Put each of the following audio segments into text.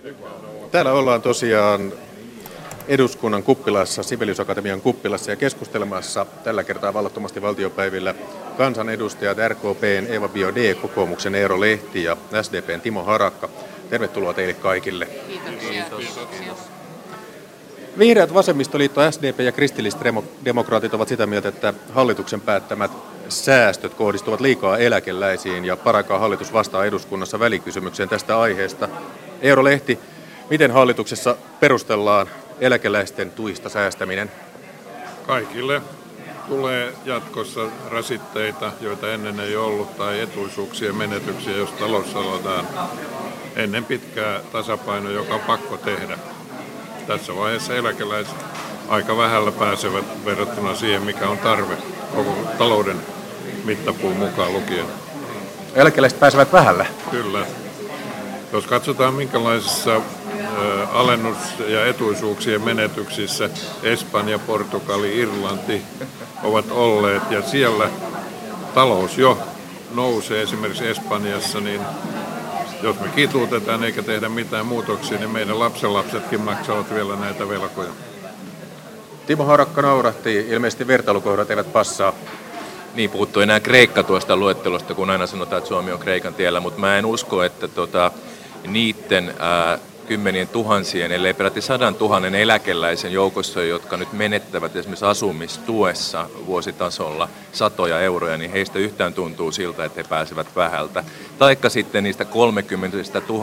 Täällä ollaan tosiaan eduskunnan kuppilassa, Sibelius-akatemian kuppilassa ja keskustelemassa tällä kertaa vallattomasti valtiopäivillä kansanedustajat RKP:n Eva Biaudet, kokoomuksen Eero Lehti ja SDP:n Timo Harakka. Tervetuloa teille kaikille. Kiitoksia. Vihreät, vasemmistoliitto, SDP ja kristillisdemokraatit ovat sitä mieltä, että hallituksen päättämät säästöt kohdistuvat liikaa eläkeläisiin ja paraikaa hallitus vastaa eduskunnassa välikysymykseen tästä aiheesta. Eero Lehti, miten hallituksessa perustellaan eläkeläisten tuista säästäminen? Kaikille tulee jatkossa rasitteita, joita ennen ei ollut, tai etuisuuksien menetyksiä, jos talous saadaan ennen pitkää tasapaino, joka on pakko tehdä. Tässä vaiheessa eläkeläiset aika vähällä pääsevät verrattuna siihen, mikä on tarve koko talouden mittapuun mukaan lukien. Eläkeläiset pääsevät vähällä? Kyllä. Jos katsotaan, minkälaisissa alennus- ja etuisuuksien menetyksissä Espanja, Portugali, Irlanti ovat olleet, ja siellä talous jo nousee, esimerkiksi Espanjassa, niin jos me kituutetaan eikä tehdä mitään muutoksia, niin meidän lapsenlapsetkin maksavat vielä näitä velkoja. Timo Harakka naurahti, ilmeisesti vertailukohdat eivät passaa. Niin, puhuttu enää Kreikka tuosta luettelosta, kun aina sanotaan, että Suomi on Kreikan tiellä, mutta mä en usko, että niiden kymmenien tuhansien, ellei peräti 100 000 eläkeläisen joukossa, jotka nyt menettävät esimerkiksi asumistuessa vuositasolla satoja euroja, niin heistä yhtään tuntuu siltä, että he pääsevät vähältä. Taikka sitten niistä 30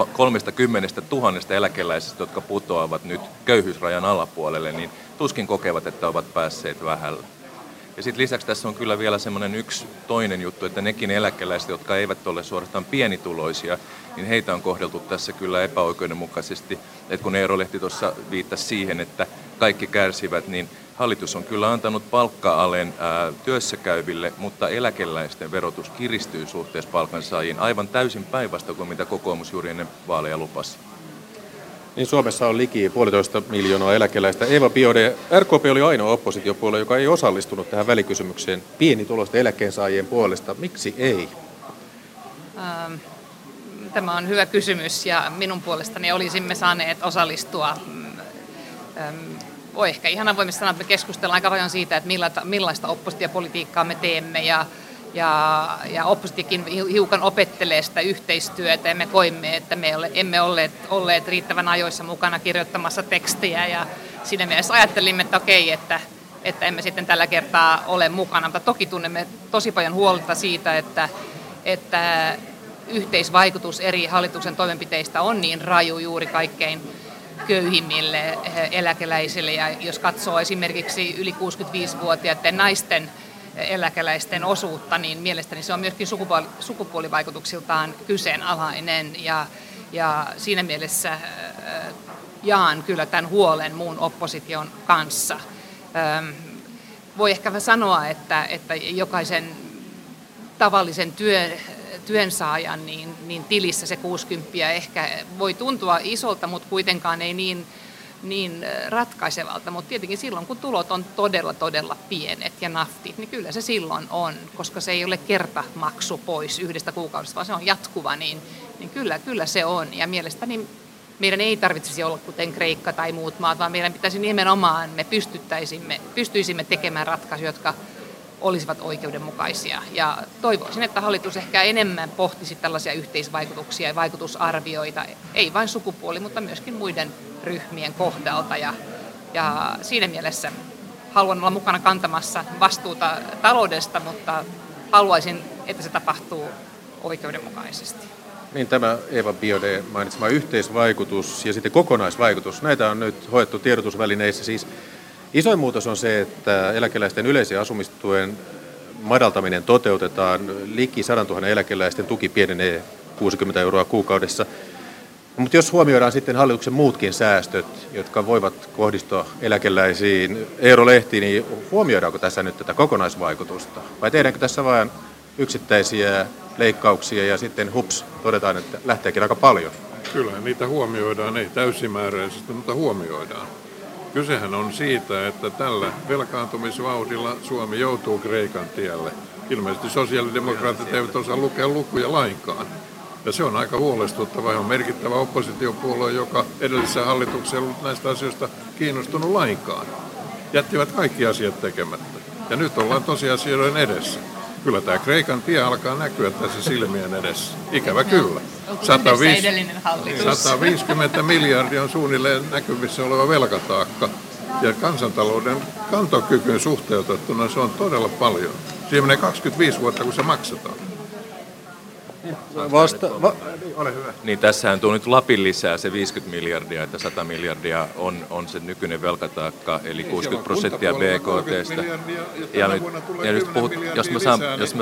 000 eläkeläisistä, jotka putoavat nyt köyhyysrajan alapuolelle, niin tuskin kokevat, että ovat päässeet vähällä. Ja sitten lisäksi tässä on kyllä vielä semmoinen yksi toinen juttu, että nekin eläkeläiset, jotka eivät ole suorastaan pienituloisia, niin heitä on kohdeltu tässä kyllä epäoikeudenmukaisesti. Et kun Eero Lehti tuossa viittasi siihen, että kaikki kärsivät, niin hallitus on kyllä antanut palkka-alen työssäkäyville, mutta eläkeläisten verotus kiristyy suhteessa palkansaajiin aivan täysin päinvastoin kuin mitä kokoomus juuri ennen vaaleja lupasi. Niin Suomessa on liki 1,5 miljoonaa eläkeläistä. Eva Biaudet, RKP oli ainoa oppositiopuolue, joka ei osallistunut tähän välikysymykseen pienituloisten eläkkeensaajien puolesta. Miksi ei? Tämä on hyvä kysymys ja minun puolestani olisimme saaneet osallistua. Voi ehkä ihan avoimesti sanoa, että me keskustellaan aika paljon siitä, että millaista oppositiopolitiikkaa me teemme ja oppositiokin hiukan opettelee sitä yhteistyötä ja me koimme, että me emme olleet riittävän ajoissa mukana kirjoittamassa tekstiä ja siinä mielessä ajattelimme, että okei, että emme sitten tällä kertaa ole mukana, mutta toki tunnemme tosi paljon huolta siitä, että yhteisvaikutus eri hallituksen toimenpiteistä on niin raju juuri kaikkein köyhimmille eläkeläisille ja jos katsoo esimerkiksi yli 65-vuotiaiden naisten eläkeläisten osuutta, niin mielestäni se on myöskin sukupuolivaikutuksiltaan kyseenalainen ja siinä mielessä jaan kyllä tämän huolen muun opposition kanssa. Voi ehkä sanoa, että jokaisen tavallisen työnsaajan niin tilissä se 60 ehkä voi tuntua isolta, mutta kuitenkaan ei niin ratkaisevalta, mutta tietenkin silloin, kun tulot on todella pienet ja naftit, niin kyllä se silloin on, koska se ei ole kertamaksu pois yhdestä kuukaudesta, vaan se on jatkuva, niin kyllä se on. Ja mielestäni meidän ei tarvitsisi olla kuten Kreikka tai muut maat, vaan meidän pitäisi nimenomaan, me pystyisimme tekemään ratkaisuja, jotka olisivat oikeudenmukaisia. Ja toivoisin, että hallitus ehkä enemmän pohtisi tällaisia yhteisvaikutuksia ja vaikutusarvioita, ei vain sukupuoli, mutta myöskin muiden ryhmien kohdalta. Ja siinä mielessä haluan olla mukana kantamassa vastuuta taloudesta, mutta haluaisin, että se tapahtuu oikeudenmukaisesti. Niin tämä Eva Biaudet mainitsema yhteisvaikutus ja sitten kokonaisvaikutus, näitä on nyt hoettu tiedotusvälineissä. Siis isoin muutos on se, että eläkeläisten yleisen asumistuen madaltaminen toteutetaan. Liki 100 000 eläkeläisten tuki pienenee 60 euroa kuukaudessa. Mutta jos huomioidaan sitten hallituksen muutkin säästöt, jotka voivat kohdistua eläkeläisiin, Eero Lehti, niin huomioidaanko tässä nyt tätä kokonaisvaikutusta? Vai tehdäänkö tässä vain yksittäisiä leikkauksia ja sitten hups, todetaan, että lähteekin aika paljon? Kyllä niitä huomioidaan, ei täysimääräisesti, mutta huomioidaan. Kysehän on siitä, että tällä velkaantumisvauhdilla Suomi joutuu Kreikan tielle. Ilmeisesti sosiaalidemokraatit eivät osaa lukea lukuja lainkaan. Ja se on aika huolestuttava. On merkittävä oppositiopuolue, joka edellisessä hallituksessa ei ollut näistä asioista kiinnostunut lainkaan. Jättivät kaikki asiat tekemättä. Ja nyt ollaan tosiasioiden edessä. Kyllä tämä Kreikan tie alkaa näkyä tässä silmien edessä. Ikävä kyllä. 150 miljardia on suunnilleen näkyvissä oleva velkataakka. Ja kansantalouden kantokykyyn suhteutettuna se on todella paljon. Siihen menee 25 vuotta, kun se maksetaan. Ole hyvä. Niin tässähän tuo nyt Lapin lisää se 50 miljardia, että 100 miljardia on se nykyinen velkataakka, eli 60% BKT:stä. Ja nyt jos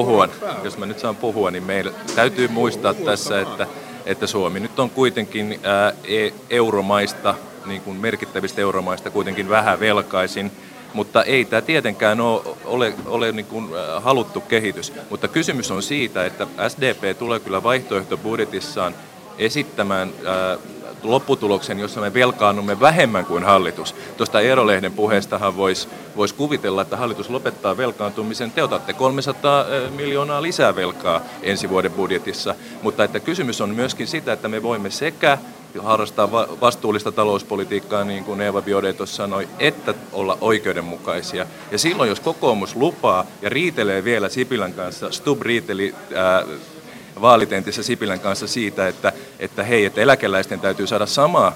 mä nyt saan puhua, niin meillä täytyy muistaa tässä, että Suomi nyt on kuitenkin euromaista, niin kuin merkittävistä euromaista kuitenkin vähän velkaisin. Mutta ei tämä tietenkään ole niin kuin haluttu kehitys. Mutta kysymys on siitä, että SDP tulee kyllä vaihtoehtobudjetissaan esittämään lopputuloksen, jossa me velkaannumme vähemmän kuin hallitus. Tuosta Eero-lehden puheestahan voisi kuvitella, että hallitus lopettaa velkaantumisen. Te otatte 300 miljoonaa lisää velkaa ensi vuoden budjetissa. Mutta että kysymys on myöskin sitä, että me voimme sekä harrastaa vastuullista talouspolitiikkaa, niin kuin Eva Biaudet tuossa sanoi, että olla oikeudenmukaisia. Ja silloin, jos kokoomus lupaa ja riitelee vielä Sipilän kanssa, Stubb riiteli vaalitentissä Sipilän kanssa siitä, että eläkeläisten täytyy saada sama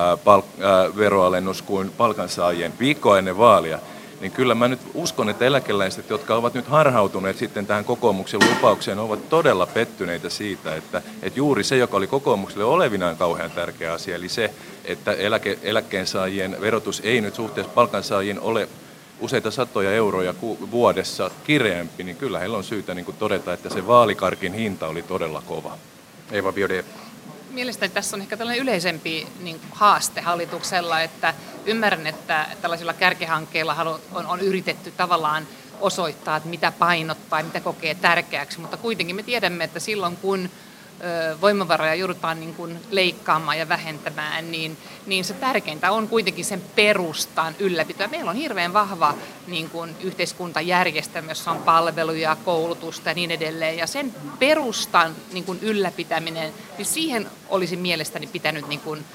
veroalennus kuin palkansaajien viikkoa ennen vaalia, niin kyllä mä nyt uskon, että eläkeläiset, jotka ovat nyt harhautuneet sitten tähän kokoomuksen lupaukseen, ovat todella pettyneitä siitä, että juuri se, joka oli kokoomukselle olevinaan kauhean tärkeä asia, eli se, että eläkkeensaajien verotus ei nyt suhteessa palkansaajiin ole useita satoja euroja vuodessa kireämpi, niin kyllä heillä on syytä niin kuin todeta, että se vaalikarkin hinta oli todella kova. Eva Biaudet. Mielestäni tässä on ehkä tällainen yleisempi haaste hallituksella, että ymmärrän, että tällaisilla kärkihankkeilla on yritetty tavallaan osoittaa, että mitä painottaa ja mitä kokee tärkeäksi, mutta kuitenkin me tiedämme, että silloin kun voimavaroja joudutaan niin kuin leikkaamaan ja vähentämään, niin se tärkeintä on kuitenkin sen perustan ylläpito. Meillä on hirveän vahva niin kuin yhteiskuntajärjestelmä, jossa on palveluja, koulutusta ja niin edelleen. Ja sen perustan niin kuin ylläpitäminen, niin siihen olisi mielestäni pitänyt niin kuin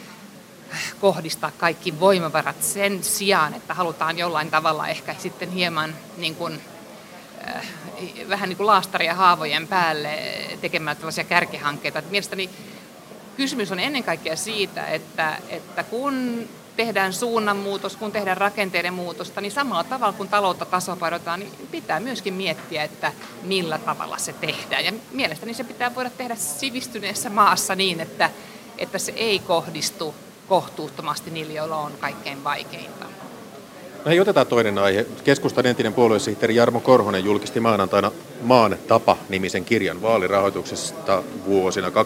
kohdistaa kaikki voimavarat sen sijaan, että halutaan jollain tavalla ehkä sitten hieman niin kuin vähän niin kuin laastaria haavojen päälle tekemään tällaisia kärkihankkeita. Että mielestäni kysymys on ennen kaikkea siitä, että kun tehdään suunnanmuutos, kun tehdään rakenteiden muutosta, niin samalla tavalla kun taloutta tasapainotetaan, niin pitää myöskin miettiä, että millä tavalla se tehdään. Ja mielestäni se pitää voida tehdä sivistyneessä maassa niin, että se ei kohdistu kohtuuttomasti niille, joilla on kaikkein vaikeinta. Hei, otetaan toinen aihe. Keskustan entinen puoluesihteeri Jarmo Korhonen julkisti maanantaina Maan tapa-nimisen kirjan vaalirahoituksesta vuosina 2006-2007.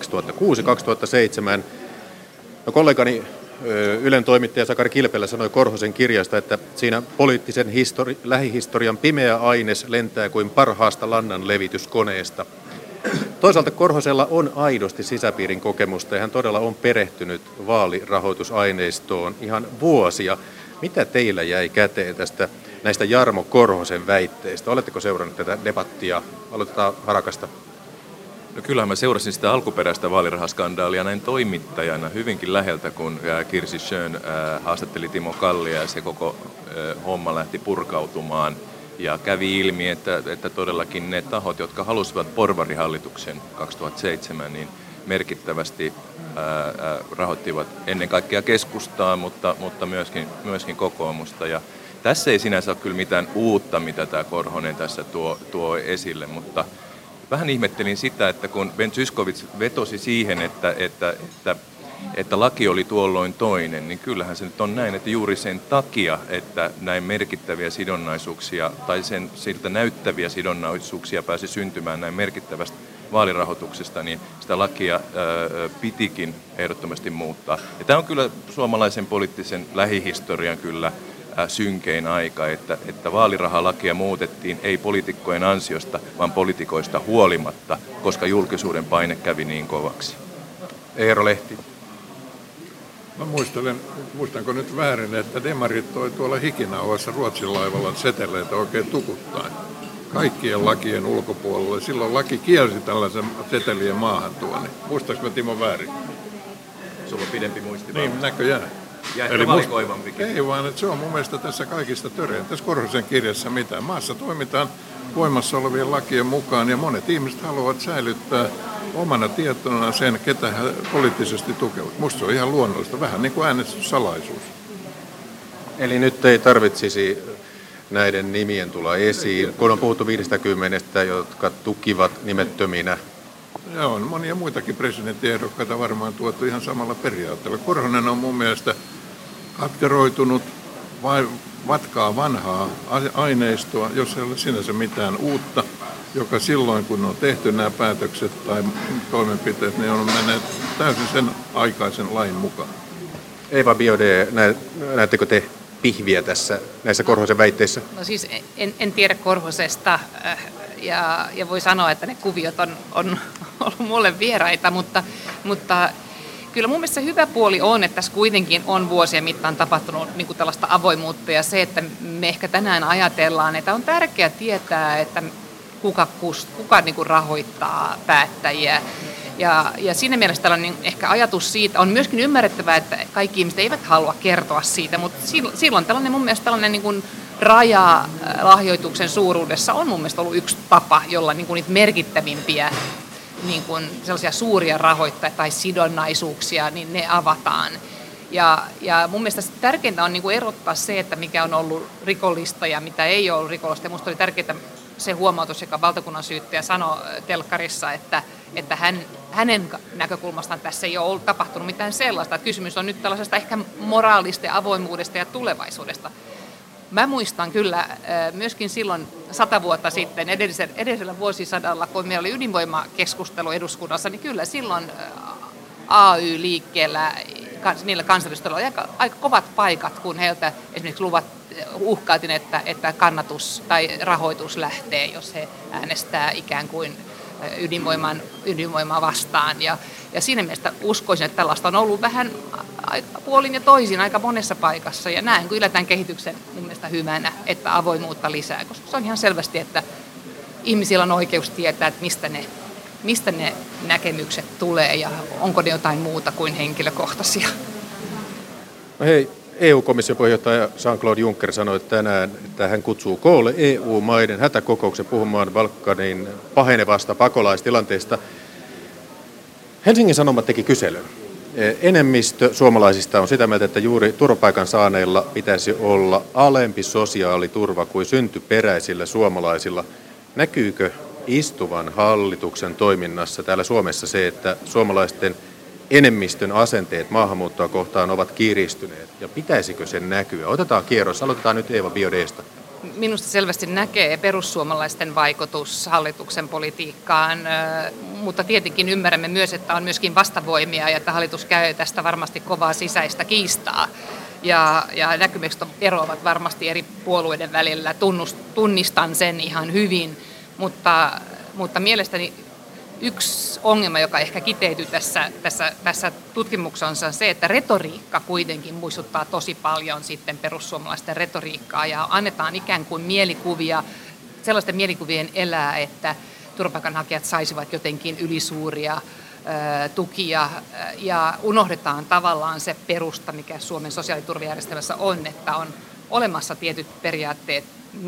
No, kollegani Ylen toimittaja Sakari Kilpelä sanoi Korhosen kirjasta, että siinä poliittisen lähihistorian pimeä aines lentää kuin parhaasta lannan levityskoneesta. Toisaalta Korhosella on aidosti sisäpiirin kokemusta ja hän todella on perehtynyt vaalirahoitusaineistoon ihan vuosia. Mitä teillä jäi käteen näistä Jarmo Korhosen väitteistä? Oletteko seurannut tätä debattia? Aloitetaan Harakasta. No kyllähän mä seurasin sitä alkuperäistä vaalirahaskandaalia näin toimittajana hyvinkin läheltä, kun Kirsi Schön haastatteli Timo Kallia ja se koko homma lähti purkautumaan. Ja kävi ilmi, että todellakin ne tahot, jotka halusivat porvarihallituksen 2007, niin merkittävästi rahoittivat ennen kaikkea keskustaa, mutta myöskin kokoomusta. Ja tässä ei sinänsä ole kyllä mitään uutta, mitä tämä Korhonen tässä tuo esille, mutta vähän ihmettelin sitä, että kun Ben Zyskowicz vetosi siihen, että laki oli tuolloin toinen, niin kyllähän se nyt on näin, että juuri sen takia, että näin merkittäviä sidonnaisuuksia tai siltä näyttäviä sidonnaisuuksia pääsi syntymään näin merkittävästä vaalirahoituksesta, niin sitä lakia pitikin ehdottomasti muuttaa. Ja tämä on kyllä suomalaisen poliittisen lähihistorian kyllä synkein aika, että vaalirahalakia muutettiin ei poliitikkojen ansiosta, vaan poliitikoista huolimatta, koska julkisuuden paine kävi niin kovaksi. Eero Lehti. Mä muistanko nyt väärin, että demarit toi tuolla Hikinauhassa Ruotsin laivalla seteleitä oikein tukuttaen. kaikkien lakien ulkopuolelle. Silloin laki kielsi tällaisen setelien maahantuonnin. Muistaaks mä Timo väärin? Sulla on pidempi muisti. Niin, näköjään. Ja eli valikoivampikin. Ei vaan, että se on mun mielestä tässä kaikista töreen. Tässä Korhosen kirjassa mitään. Maassa toimitaan voimassa olevien lakien mukaan ja monet ihmiset haluavat säilyttää omana tietonaan sen, ketä he poliittisesti tukevat. Musta se on ihan luonnollista, vähän niin kuin äänestyssalaisuus. Eli nyt ei tarvitsisi näiden nimien tulla esiin, kun on puhuttu 50, jotka tukivat nimettöminä. Ja on monia muitakin presidenttiehdokkaita varmaan tuotu ihan samalla periaatteella. Korhonen on mun mielestä katkeroitunut, vatkaa vanhaa aineistoa, jos ei ole sinänsä mitään uutta, joka silloin kun on tehty nämä päätökset tai toimenpiteet, niin on menneet täysin sen aikaisen lain mukaan. Eva Biaudet, näettekö te pihviä näissä Korhosen väitteissä? No siis en tiedä Korhosesta ja voi sanoa, että ne kuviot on ollut mulle vieraita, mutta kyllä mun mielestä se hyvä puoli on, että tässä kuitenkin on vuosien mittaan tapahtunut niin kuin tällaista avoimuutta ja se, että me ehkä tänään ajatellaan, että on tärkeää tietää, että kuka niin kuin rahoittaa päättäjiä. Ja siinä mielessä tällainen ehkä ajatus siitä on myöskin ymmärrettävää, että kaikki ihmiset eivät halua kertoa siitä, mutta silloin tällainen mun mielestä tällainen niin kuin raja lahjoituksen suuruudessa on mun mielestä ollut yksi tapa, jolla niin kuin niitä merkittävimpiä niin kuin sellaisia suuria rahoittajia tai sidonnaisuuksia, niin ne avataan. Ja mun mielestä tärkeintä on niin kuin erottaa se, että mikä on ollut rikollista ja mitä ei ole ollut rikollista. Ja musta oli tärkeää se huomautus, joka valtakunnan syyttäjä sanoi telkkarissa, että hänen näkökulmastaan tässä ei ole ollut tapahtunut mitään sellaista. Että kysymys on nyt tällaisesta ehkä moraalista ja avoimuudesta ja tulevaisuudesta. Mä muistan kyllä myöskin silloin 100 vuotta sitten edellisellä vuosisadalla, kun meillä oli ydinvoimakeskustelu eduskunnassa, niin kyllä silloin AY-liikkeellä niillä kansanedustajilla oli aika kovat paikat, kun heiltä esimerkiksi uhkaatiin, että kannatus tai rahoitus lähtee, jos he äänestää ikään kuin ydinvoimaa vastaan. Ja siinä mielessä uskoisin, että tällaista on ollut vähän puolin ja toisin aika monessa paikassa. Ja näen kyllä tämän kehityksen mun mielestä hyvänä, että avoimuutta lisää, koska se on ihan selvästi, että ihmisillä on oikeus tietää, että mistä ne näkemykset tulee ja onko ne jotain muuta kuin henkilökohtaisia. No hei, EU-komission puheenjohtaja Jean-Claude Juncker sanoi tänään, että hän kutsuu koolle EU-maiden hätäkokouksen puhumaan Balkanin pahenevasta pakolaistilanteesta. Helsingin Sanomat teki kyselyn. Enemmistö suomalaisista on sitä mieltä, että juuri turvapaikan saaneilla pitäisi olla alempi sosiaaliturva kuin syntyperäisillä suomalaisilla. Näkyykö istuvan hallituksen toiminnassa täällä Suomessa se, että suomalaisten enemmistön asenteet maahanmuuttoa kohtaan ovat kiristyneet, ja pitäisikö sen näkyä? Otetaan kierros, aloitetaan nyt Eva Biaudetsta. Minusta selvästi näkee perussuomalaisten vaikutus hallituksen politiikkaan, mutta tietenkin ymmärrämme myös, että on myöskin vastavoimia ja että hallitus käy tästä varmasti kovaa sisäistä kiistaa. Ja näkymykset eroavat varmasti eri puolueiden välillä, tunnistan sen ihan hyvin, mutta mielestäni yksi ongelma, joka ehkä kiteytyy tässä tutkimuksessa on se, että retoriikka kuitenkin muistuttaa tosi paljon sitten perussuomalaisten retoriikkaa ja annetaan ikään kuin mielikuvia, sellaisten mielikuvien elää, että turvapaikanhakijat saisivat jotenkin ylisuuria tukia ja unohdetaan tavallaan se perusta, mikä Suomen sosiaaliturvajärjestelmässä on, että on olemassa tietyt periaatteet,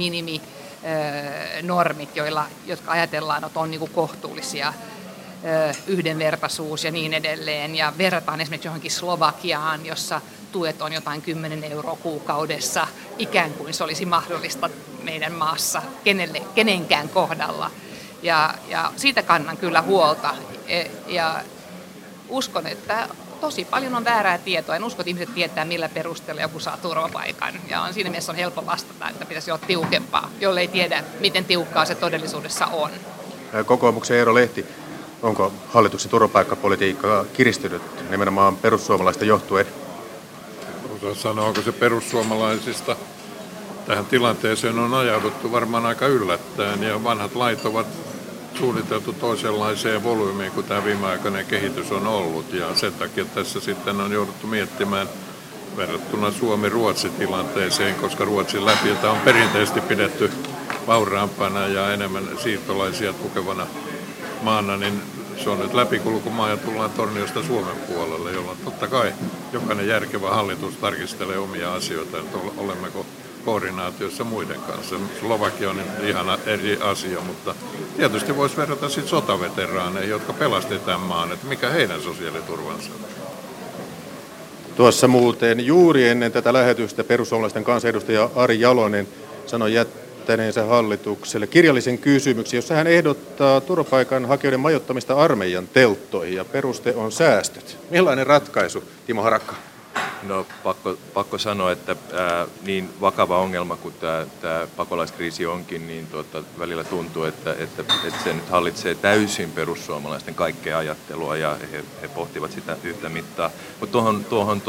normit, jotka ajatellaan, että on niin kuin kohtuullisia, yhdenvertaisuus ja niin edelleen. Ja verrataan esimerkiksi johonkin Slovakiaan, jossa tuet on jotain 10 € kuukaudessa, ikään kuin se olisi mahdollista meidän maassa kenenkään kohdalla. Ja siitä kannan kyllä huolta. Ja uskon, että tosi paljon on väärää tietoa. En usko, että ihmiset tietää, millä perusteella joku saa turvapaikan. Ja siinä mielessä on helppo vastata, että pitäisi olla tiukempaa, jollei tiedä, miten tiukkaa se todellisuudessa on. Kokoomuksen Eero Lehti, onko hallituksen turvapaikkapolitiikka kiristynyt nimenomaan perussuomalaista johtuen? Osaa sanoa, onko se perussuomalaisista tähän tilanteeseen on ajauduttu varmaan aika yllättäen ja vanhat lait ovat suunniteltu toisenlaiseen volyymiin kuin tämä viimeaikainen kehitys on ollut ja sen takia tässä sitten on jouduttu miettimään verrattuna Suomi-Ruotsi-tilanteeseen, koska Ruotsin läpi, jota on perinteisesti pidetty vauraampana ja enemmän siirtolaisia tukevana maana, niin se on nyt läpikulkumaa ja tullaan Torniosta Suomen puolelle, jolloin totta kai jokainen järkevä hallitus tarkistelee omia asioita, että olemmeko koordinaatiossa muiden kanssa. Slovakia on ihan eri asia, mutta tietysti voisi verrata sitten sotaveteraaneihin, jotka pelastivat tämän maan, että mikä heidän sosiaaliturvansa on. Tuossa muuten juuri ennen tätä lähetystä perussuomalaisten kansanedustaja Ari Jalonen sanoi jättäneensä hallitukselle kirjallisen kysymyksen, jossa hän ehdottaa turvapaikanhakijoiden majoittamista armeijan telttoihin ja peruste on säästöt. Millainen ratkaisu, Timo Harakka? No pakko sanoa, että niin vakava ongelma kuin tämä pakolaiskriisi onkin, niin välillä tuntuu, että se nyt hallitsee täysin perussuomalaisten kaikkea ajattelua ja he pohtivat sitä yhtä mittaa. Mutta tuohon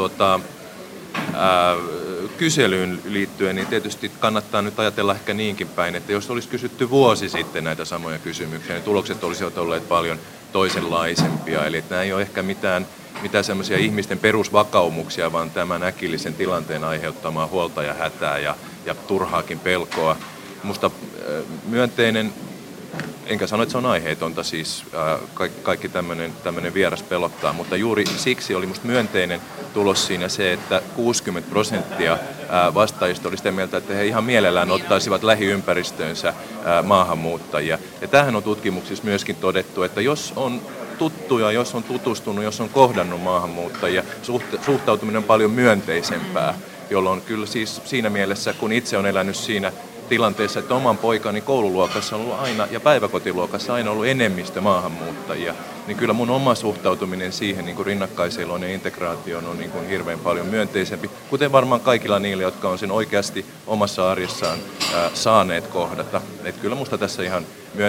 kyselyyn liittyen, niin tietysti kannattaa nyt ajatella ehkä niinkin päin, että jos olisi kysytty vuosi sitten näitä samoja kysymyksiä, niin tulokset olisivat olleet paljon toisenlaisempia. Eli että nämä ei ole ehkä mitään semmoisia ihmisten perusvakaumuksia, vaan tämän äkillisen tilanteen aiheuttamaa huolta ja hätää ja turhaakin pelkoa. Musta myönteinen, enkä sano, että se on aiheetonta, siis kaikki tämmöinen vieras pelottaa, mutta juuri siksi oli musta myönteinen tulos siinä se, että 60% vastaajista oli sitä mieltä, että he ihan mielellään ottaisivat lähiympäristöönsä maahanmuuttajia. Ja tämähän on tutkimuksissa myöskin todettu, että jos on tuttuja, jos on tutustunut, jos on kohdannut maahanmuuttajia, suhtautuminen on paljon myönteisempää, jolloin kyllä siis siinä mielessä, kun itse on elänyt siinä tilanteessa, että oman poikani koululuokassa on ollut aina ja päiväkotiluokassa aina ollut enemmistö maahanmuuttajia, niin kyllä mun oma suhtautuminen siihen niin kuin rinnakkaiseloon ja integraatioon on niin kuin hirveän paljon myönteisempi, kuten varmaan kaikilla niillä, jotka on sen oikeasti omassa arjessaan saaneet kohdata. Että kyllä musta tässä ihan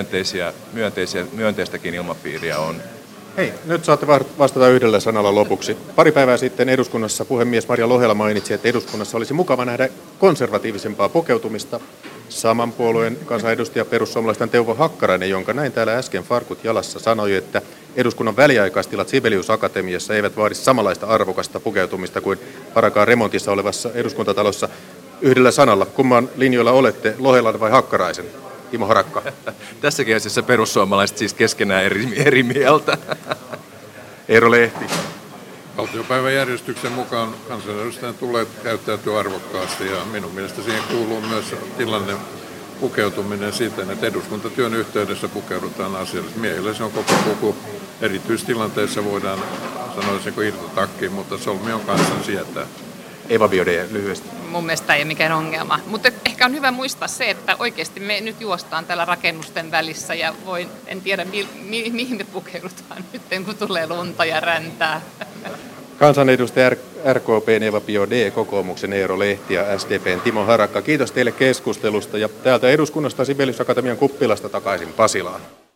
myönteistäkin ilmapiiriä on. Hei, nyt saatte vastata yhdellä sanalla lopuksi. Pari päivää sitten eduskunnassa puhemies Maria Lohela mainitsi, että eduskunnassa olisi mukava nähdä konservatiivisempaa pukeutumista. Saman puolueen kansanedustaja perussuomalaisten Teuvo Hakkarainen, jonka näin täällä äsken farkut jalassa, sanoi, että eduskunnan väliaikaistilat Sibelius Akatemiassa eivät vaadi samanlaista arvokasta pukeutumista kuin parakaan remontissa olevassa eduskuntatalossa. Yhdellä sanalla, kumman linjoilla olette, Lohelan vai Hakkaraisen? Timo Harakka. Tässäkin asiassa perussuomalaiset siis keskenään eri mieltä. Eero Lehti. Valtiopäivän järjestyksen mukaan kansanedustajan tulee käyttäytyä arvokkaasti ja minun mielestä siihen kuuluu myös tilanne pukeutuminen siten, että eduskuntatyön yhteydessä pukeudutaan asiallisesti. Miehille se on koko puku. Erityistilanteessa voidaan sanoisinko irtotakkiin, mutta solmion kanssa sietää. Eva Biaudet lyhyesti. Mun mielestä ei ole mikään ongelma. Mutta ehkä on hyvä muistaa se, että oikeasti me nyt juostaan täällä rakennusten välissä ja en tiedä mihin me pukeudutaan nyt, kun tulee lunta ja räntää. Kansanedustaja RKP:n Eva Biaudet, kokoomuksen Eero Lehti ja SDP:n Timo Harakka. Kiitos teille keskustelusta ja täältä eduskunnasta Sibelius Akatemian kuppilasta takaisin Pasilaan.